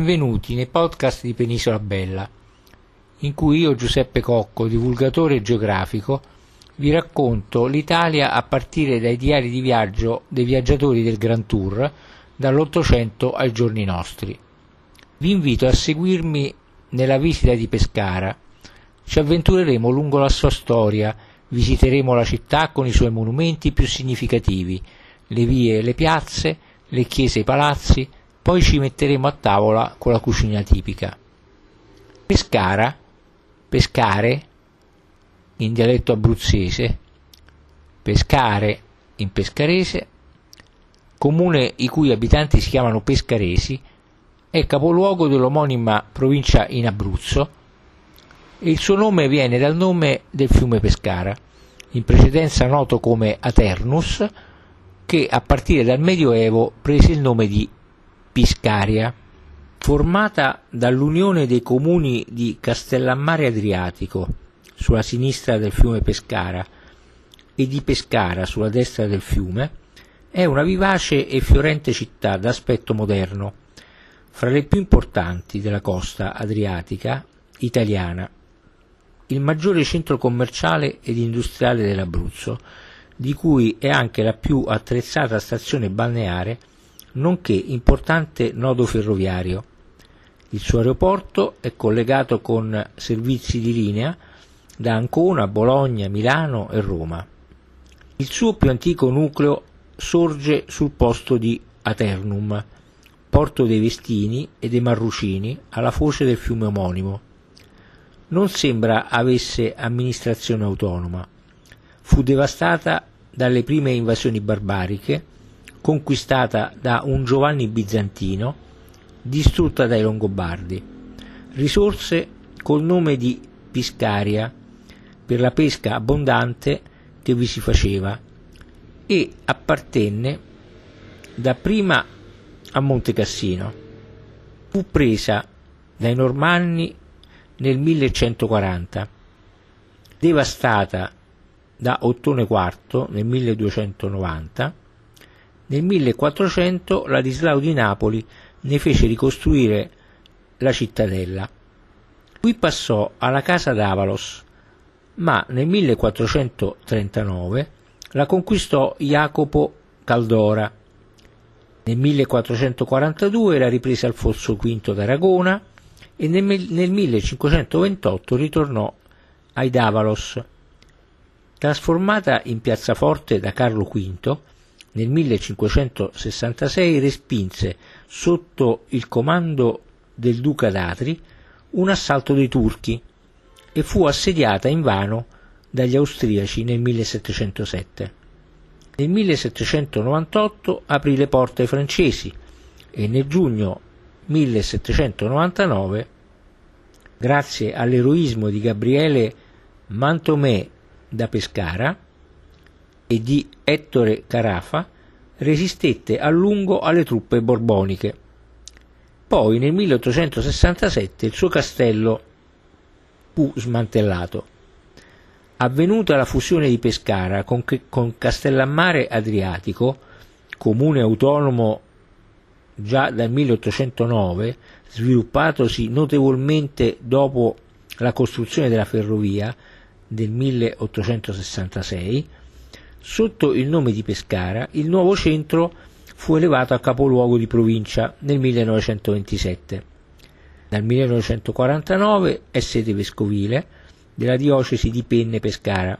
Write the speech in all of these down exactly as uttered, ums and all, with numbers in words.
Benvenuti nei podcast di Penisola Bella, in cui io, Giuseppe Cocco, divulgatore geografico, vi racconto l'Italia a partire dai diari di viaggio dei viaggiatori del Grand Tour, dall'Ottocento ai giorni nostri. Vi invito a seguirmi nella visita di Pescara. Ci avventureremo lungo la sua storia, visiteremo la città con i suoi monumenti più significativi, le vie e le piazze, le chiese e i palazzi, poi ci metteremo a tavola con la cucina tipica. Pescara, pescare in dialetto abruzzese, pescare in pescarese, comune i cui abitanti si chiamano pescaresi, è capoluogo dell'omonima provincia in Abruzzo e il suo nome viene dal nome del fiume Pescara, in precedenza noto come Aternus, che a partire dal Medioevo prese il nome di Piscaria. Formata dall'unione dei comuni di Castellammare Adriatico sulla sinistra del fiume Pescara e di Pescara sulla destra del fiume, è una vivace e fiorente città d'aspetto moderno, fra le più importanti della costa adriatica italiana, il maggiore centro commerciale ed industriale dell'Abruzzo, di cui è anche la più attrezzata stazione balneare, nonché importante nodo ferroviario. Il suo aeroporto è collegato con servizi di linea da Ancona, Bologna, Milano e Roma. Il suo più antico nucleo sorge sul posto di Aternum, porto dei Vestini e dei Marrucini alla foce del fiume omonimo. Non sembra avesse amministrazione autonoma. Fu devastata dalle prime invasioni barbariche, conquistata da un Giovanni bizantino, distrutta dai Longobardi. Risorse col nome di Piscaria per la pesca abbondante che vi si faceva e appartenne dapprima a Monte Cassino. Fu presa dai Normanni nel millecentoquaranta, devastata da Ottone quarto nel milleduecentonovanta. Nel millequattrocento Ladislao di Napoli ne fece ricostruire la cittadella. Qui passò alla casa d'Avalos, ma nel millequattrocentotrentanove la conquistò Jacopo Caldora. Nel millequattrocentoquarantadue la riprese Alfonso quinto d'Aragona e nel, nel millecinquecentoventotto ritornò ai D'Avalos. Trasformata in piazzaforte da Carlo quinto, nel millecinquecentosessantasei respinse, sotto il comando del duca d'Atri, un assalto dei turchi e fu assediata invano dagli austriaci nel millesettecentosette. Nel millesettecentonovantotto aprì le porte ai francesi e nel giugno millesettecentonovantanove, grazie all'eroismo di Gabriele Mantomè da Pescara e di Ettore Carafa, resistette a lungo alle truppe borboniche. Poi nel milleottocentosessantasette il suo castello fu smantellato. Avvenuta la fusione di Pescara con, con Castellammare Adriatico, comune autonomo già dal milleottocentonove, sviluppatosi notevolmente dopo la costruzione della ferrovia del milleottocentosessantasei, sotto il nome di Pescara il nuovo centro fu elevato a capoluogo di provincia nel millenovecentoventisette. Dal millenovecentoquarantanove è sede vescovile della diocesi di Penne-Pescara.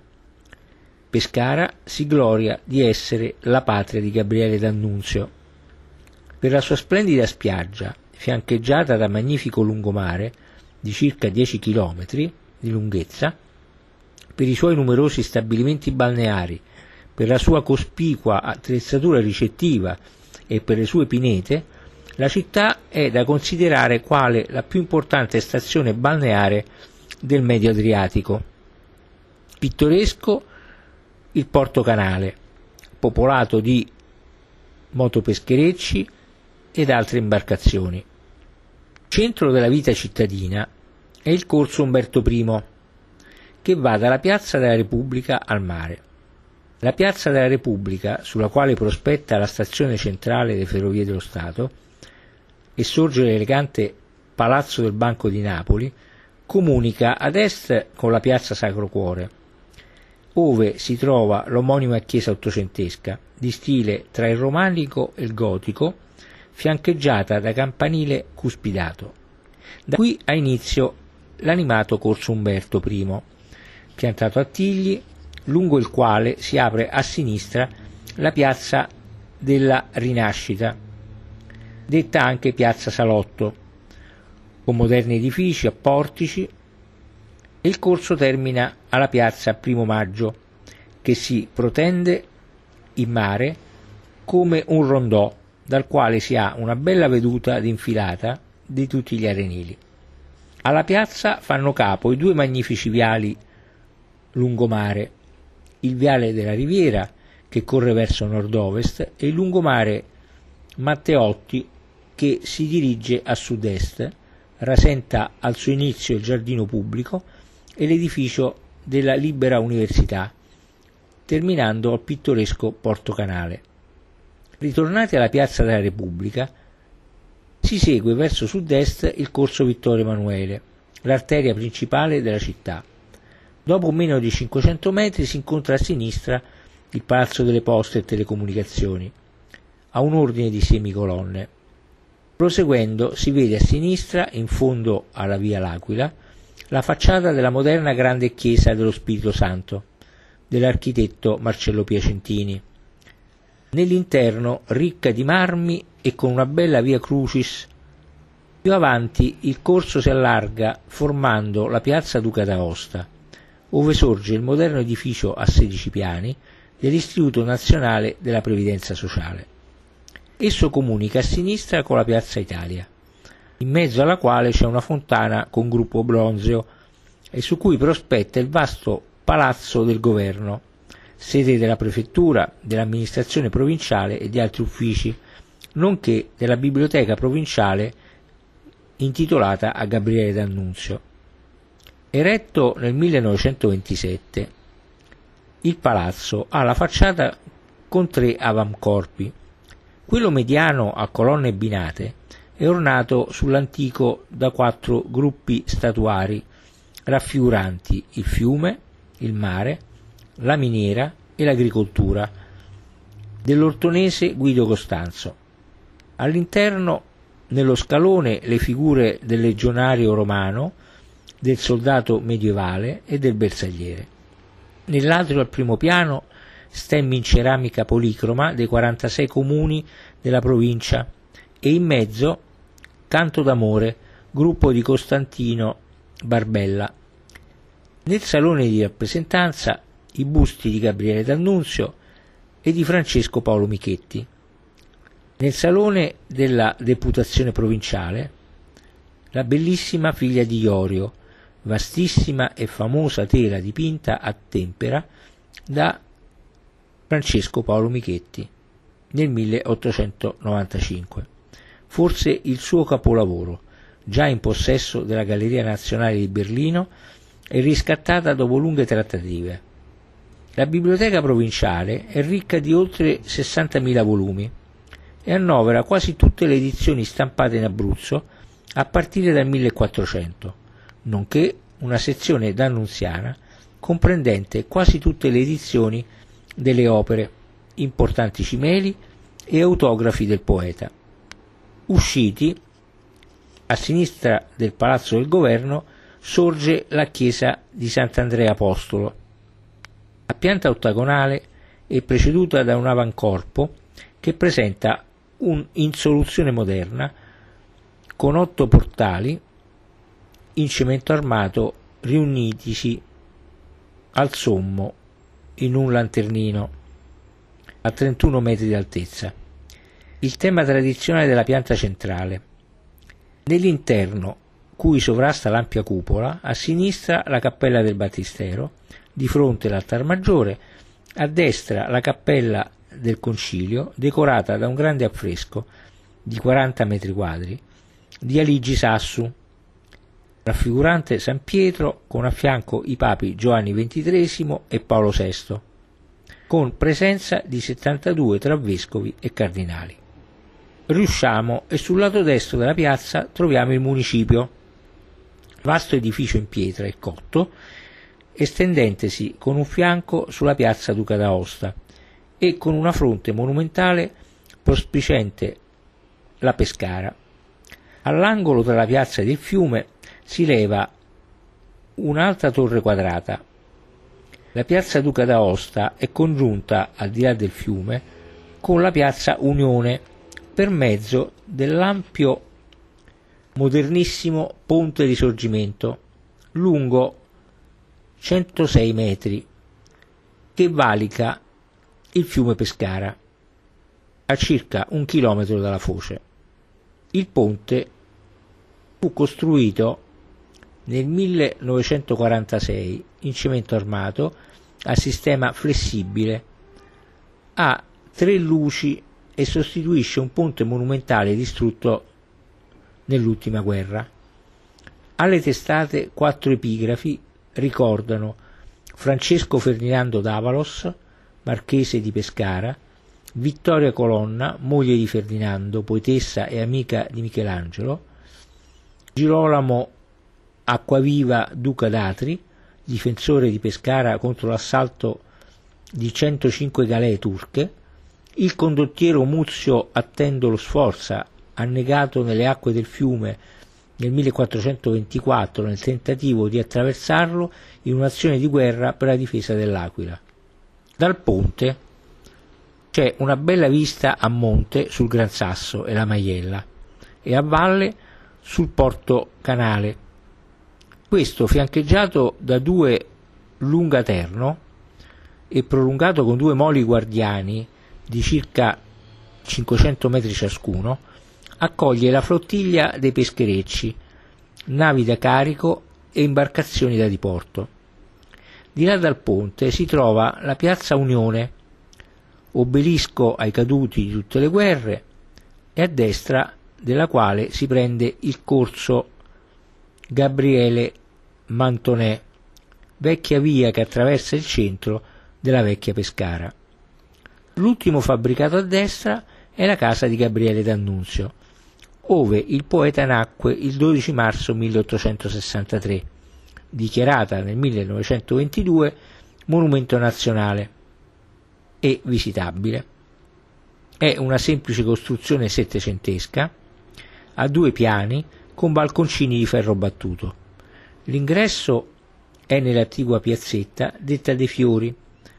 Pescara si gloria di essere la patria di Gabriele D'Annunzio. Per la sua splendida spiaggia, fiancheggiata da magnifico lungomare di circa dieci chilometri di lunghezza, per i suoi numerosi stabilimenti balneari, per la sua cospicua attrezzatura ricettiva e per le sue pinete, la città è da considerare quale la più importante stazione balneare del Medio Adriatico. Pittoresco il Porto Canale, popolato di motopescherecci ed altre imbarcazioni. Centro della vita cittadina è il corso Umberto I, che va dalla Piazza della Repubblica al mare. La Piazza della Repubblica, sulla quale prospetta la stazione centrale delle Ferrovie dello Stato, e sorge l'elegante Palazzo del Banco di Napoli, comunica ad est con la piazza Sacro Cuore, ove si trova l'omonima chiesa ottocentesca, di stile tra il romanico e il gotico, fiancheggiata da campanile cuspidato. Da qui ha inizio l'animato Corso Umberto I, piantato a Tigli, lungo il quale si apre a sinistra la piazza della Rinascita, detta anche piazza Salotto, con moderni edifici a portici, e il corso termina alla piazza Primo Maggio, che si protende in mare come un rondò, dal quale si ha una bella veduta d'infilata di tutti gli arenili. Alla piazza fanno capo i due magnifici viali lungomare, il viale della Riviera, che corre verso nord-ovest, e il lungomare Matteotti, che si dirige a sud-est, rasenta al suo inizio il giardino pubblico e l'edificio della Libera Università, terminando al pittoresco Porto Canale. Ritornati alla piazza della Repubblica, si segue verso sud-est il corso Vittorio Emanuele, l'arteria principale della città. Dopo meno di cinquecento metri si incontra a sinistra il Palazzo delle Poste e Telecomunicazioni, a un ordine di semicolonne. Proseguendo si vede a sinistra, in fondo alla via L'Aquila, la facciata della moderna grande chiesa dello Spirito Santo, dell'architetto Marcello Piacentini. Nell'interno, ricca di marmi e con una bella via Crucis, più avanti il corso si allarga formando la piazza Duca d'Aosta, ove sorge il moderno edificio a sedici piani dell'Istituto Nazionale della Previdenza Sociale. Esso comunica a sinistra con la piazza Italia, in mezzo alla quale c'è una fontana con gruppo bronzeo e su cui prospetta il vasto Palazzo del Governo, sede della prefettura, dell'amministrazione provinciale e di altri uffici, nonché della biblioteca provinciale intitolata a Gabriele D'Annunzio. Eretto nel millenovecentoventisette, il palazzo ha la facciata con tre avamcorpi. Quello mediano a colonne binate è ornato sull'antico da quattro gruppi statuari raffiguranti il fiume, il mare, la miniera e l'agricoltura, dell'ortonese Guido Costanzo. All'interno, nello scalone, le figure del legionario romano, del soldato medievale e del bersagliere. Nell'atrio al primo piano stemmi in ceramica policroma dei quarantasei comuni della provincia e in mezzo Canto d'amore, gruppo di Costantino Barbella. Nel salone di rappresentanza i busti di Gabriele D'Annunzio e di Francesco Paolo Michetti. Nel salone della deputazione provinciale la bellissima figlia di Iorio, vastissima e famosa tela dipinta a tempera da Francesco Paolo Michetti nel milleottocentonovantacinque, forse il suo capolavoro, già in possesso della Galleria Nazionale di Berlino e riscattata dopo lunghe trattative. La biblioteca provinciale è ricca di oltre sessantamila volumi e annovera quasi tutte le edizioni stampate in Abruzzo a partire dal millequattrocento, nonché una sezione d'annunziana comprendente quasi tutte le edizioni delle opere, importanti cimeli e autografi del poeta. Usciti, a sinistra del Palazzo del Governo, sorge la chiesa di Sant'Andrea Apostolo. A pianta ottagonale è preceduta da un avancorpo che presenta un'insoluzione moderna con otto portali in cemento armato riunitisi al sommo in un lanternino a trentuno metri di altezza. Il tema tradizionale della pianta centrale. Nell'interno, cui sovrasta l'ampia cupola, a sinistra la cappella del Battistero, di fronte l'altar maggiore, a destra la cappella del Concilio, decorata da un grande affresco di quaranta metri quadri di Aligi Sassu, raffigurante San Pietro con a fianco i papi Giovanni ventitreesimo e Paolo sesto, con presenza di settantadue tra vescovi e cardinali. riusciamo e sul lato destro della piazza troviamo il municipio, vasto edificio in pietra e cotto, estendentesi con un fianco sulla piazza Duca d'Aosta e con una fronte monumentale prospiciente la Pescara. All'angolo tra la piazza ed il fiume si leva un'alta torre quadrata. La piazza Duca d'Aosta è congiunta, al di là del fiume, con la piazza Unione per mezzo dell'ampio modernissimo ponte Risorgimento lungo centosei metri che valica il fiume Pescara a circa un chilometro dalla foce. Il ponte fu costruito nel millenovecentoquarantasei in cemento armato a sistema flessibile, ha tre luci e sostituisce un ponte monumentale distrutto nell'ultima guerra. Alle testate quattro epigrafi ricordano Francesco Ferdinando d'Avalos, marchese di Pescara, Vittoria Colonna, moglie di Ferdinando, poetessa e amica di Michelangelo, Girolamo Acquaviva, duca d'Atri, difensore di Pescara contro l'assalto di centocinque galee turche, il condottiero Muzio Attendolo Sforza, annegato nelle acque del fiume nel millequattrocentoventiquattro nel tentativo di attraversarlo in un'azione di guerra per la difesa dell'Aquila. Dal ponte c'è una bella vista a monte sul Gran Sasso e la Maiella e a valle sul Porto Canale, questo fiancheggiato da due lungaterno e prolungato con due moli guardiani di circa cinquecento metri ciascuno, accoglie la flottiglia dei pescherecci, navi da carico e imbarcazioni da diporto. Di là dal ponte si trova la piazza Unione, obelisco ai caduti di tutte le guerre, e a destra della quale si prende il corso Gabriele Mantonè, vecchia via che attraversa il centro della vecchia Pescara. L'ultimo fabbricato a destra è la casa di Gabriele D'Annunzio, ove il poeta nacque il dodici marzo milleottocentosessantatré, dichiarata nel millenovecentoventidue monumento nazionale e visitabile. È una semplice costruzione settecentesca a due piani con balconcini di ferro battuto. L'ingresso è nell'attigua piazzetta detta dei Fiori.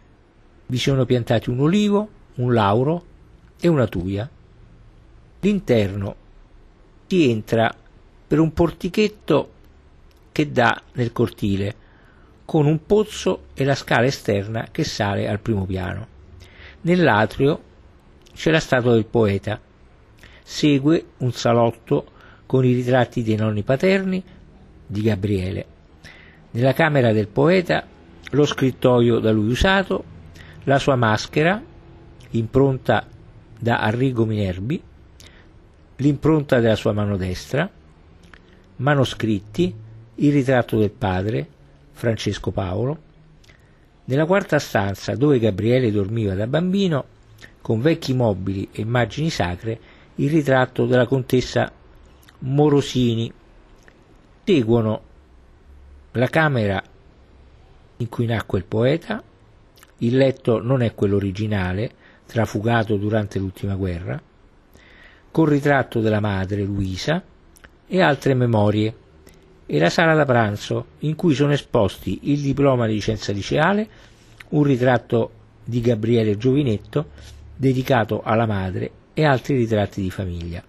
Vi sono piantati un olivo, un lauro e una tuia. L'interno si entra per un portichetto che dà nel cortile, con un pozzo e la scala esterna che sale al primo piano. Nell'atrio c'è la statua del poeta. Segue un salotto con i ritratti dei nonni paterni di Gabriele. Nella camera del poeta lo scrittoio da lui usato, la sua maschera, impronta da Arrigo Minerbi, l'impronta della sua mano destra, manoscritti, il ritratto del padre, Francesco Paolo. Nella quarta stanza, dove Gabriele dormiva da bambino, con vecchi mobili e immagini sacre, il ritratto della contessa Morosini. Seguono la camera in cui nacque il poeta, il letto non è quello originale, trafugato durante l'ultima guerra, col ritratto della madre Luisa e altre memorie, e la sala da pranzo in cui sono esposti il diploma di licenza liceale, un ritratto di Gabriele Giovinetto dedicato alla madre e altri ritratti di famiglia.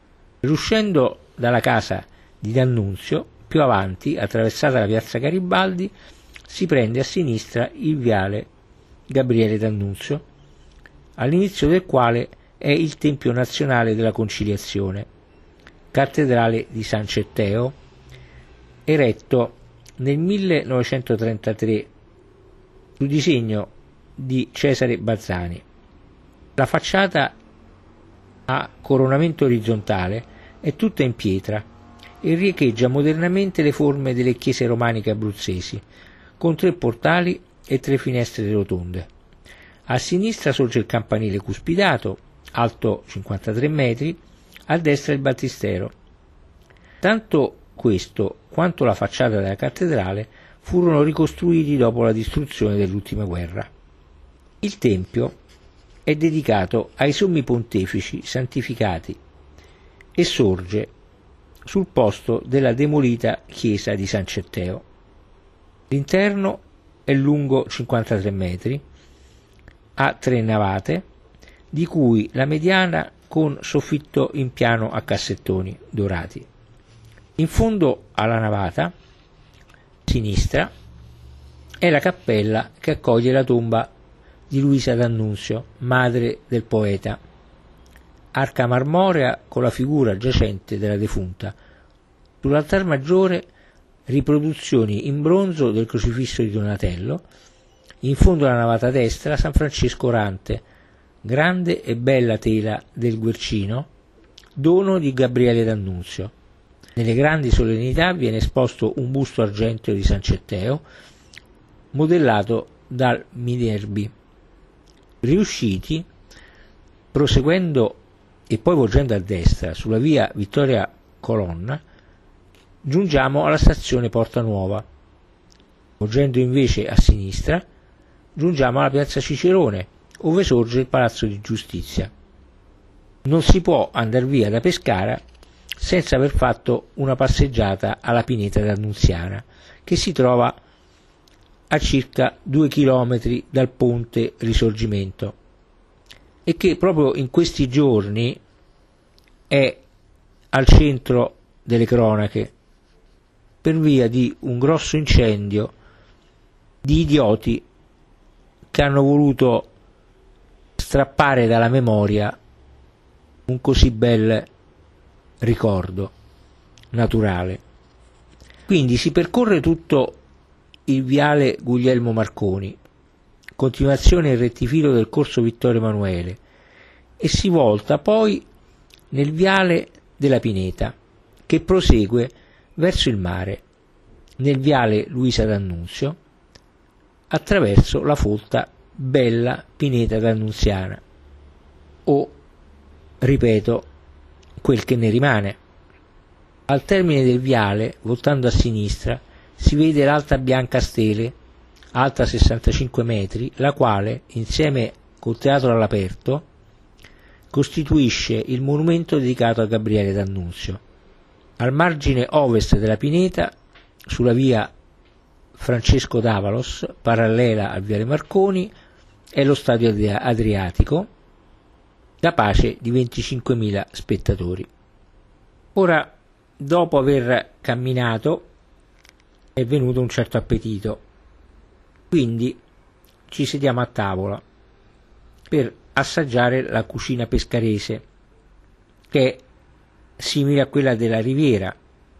Uscendo dalla casa di D'Annunzio, più avanti, attraversata la piazza Garibaldi, si prende a sinistra il viale Gabriele D'Annunzio, all'inizio del quale è il Tempio Nazionale della Conciliazione, cattedrale di San Cetteo, eretto nel millenovecentotrentatré su disegno di Cesare Bazzani. La facciata a coronamento orizzontale è tutta in pietra e riecheggia modernamente le forme delle chiese romaniche abruzzesi, con tre portali e tre finestre rotonde. A sinistra sorge il campanile cuspidato, alto cinquantatré metri, a destra il battistero. Tanto questo quanto la facciata della cattedrale furono ricostruiti dopo la distruzione dell'ultima guerra. Il tempio è dedicato ai sommi pontefici santificati e sorge sul posto della demolita chiesa di San Cetteo. L'interno è lungo cinquantatré metri, ha tre navate, di cui la mediana con soffitto in piano a cassettoni dorati. In fondo alla navata sinistra è la cappella che accoglie la tomba di Luisa D'Annunzio, madre del poeta. Arca marmorea con la figura giacente della defunta. Sull'altar maggiore riproduzioni in bronzo del crocifisso di Donatello. In fondo alla navata destra San Francesco orante, grande e bella tela del Guercino, dono di Gabriele D'Annunzio. Nelle grandi solennità viene esposto un busto argenteo di San Cetteo, modellato dal Minerbi. Riusciti, proseguendo e poi volgendo a destra sulla via Vittoria Colonna, giungiamo alla stazione Porta Nuova. Volgendo invece a sinistra, giungiamo alla piazza Cicerone, ove sorge il Palazzo di Giustizia. Non si può andare via da Pescara senza aver fatto una passeggiata alla Pineta d'Annunziana, che si trova a circa due chilometri dal ponte Risorgimento e che proprio in questi giorni è al centro delle cronache per via di un grosso incendio di idioti che hanno voluto strappare dalla memoria un così bel ricordo naturale. Quindi si percorre tutto il viale Guglielmo Marconi, continuazione e rettifilo del corso Vittorio Emanuele, e si volta poi nel viale della Pineta, che prosegue verso il mare, nel viale Luisa D'Annunzio, attraverso la folta bella Pineta d'Annunziana, o, ripeto, quel che ne rimane. Al termine del viale, voltando a sinistra, si vede l'Alta Bianca Stele, alta sessantacinque metri, la quale, insieme col teatro all'aperto, costituisce il monumento dedicato a Gabriele D'Annunzio. Al margine ovest della Pineta, sulla via Francesco d'Avalos, parallela al viale Marconi, è lo stadio Adriatico, capace di venticinquemila spettatori. Ora, dopo aver camminato, è venuto un certo appetito, quindi ci sediamo a tavola per assaggiare la cucina pescarese, che è simile a quella della Riviera,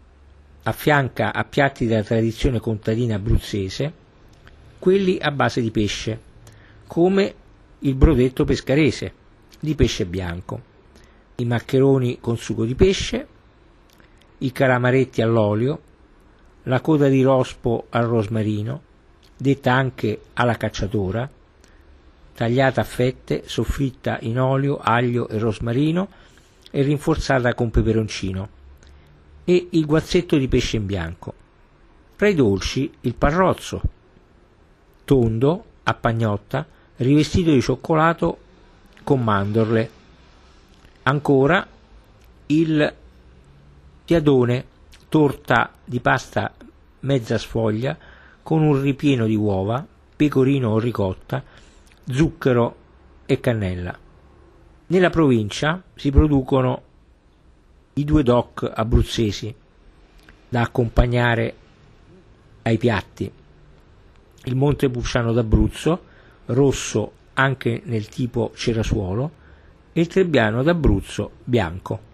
affianca a piatti della tradizione contadina abruzzese quelli a base di pesce, come il brodetto pescarese di pesce bianco, i maccheroni con sugo di pesce, i calamaretti all'olio, la coda di rospo al rosmarino, detta anche alla cacciatora, tagliata a fette, soffritta in olio, aglio e rosmarino e rinforzata con peperoncino, e il guazzetto di pesce in bianco. Fra i dolci il parrozzo, tondo, a pagnotta, rivestito di cioccolato con mandorle. Ancora il piadone, torta di pasta mezza sfoglia con un ripieno di uova, pecorino o ricotta, zucchero e cannella. Nella provincia si producono i due doc abruzzesi da accompagnare ai piatti: il Montepulciano d'Abruzzo, rosso anche nel tipo cerasuolo, e il Trebbiano d'Abruzzo bianco.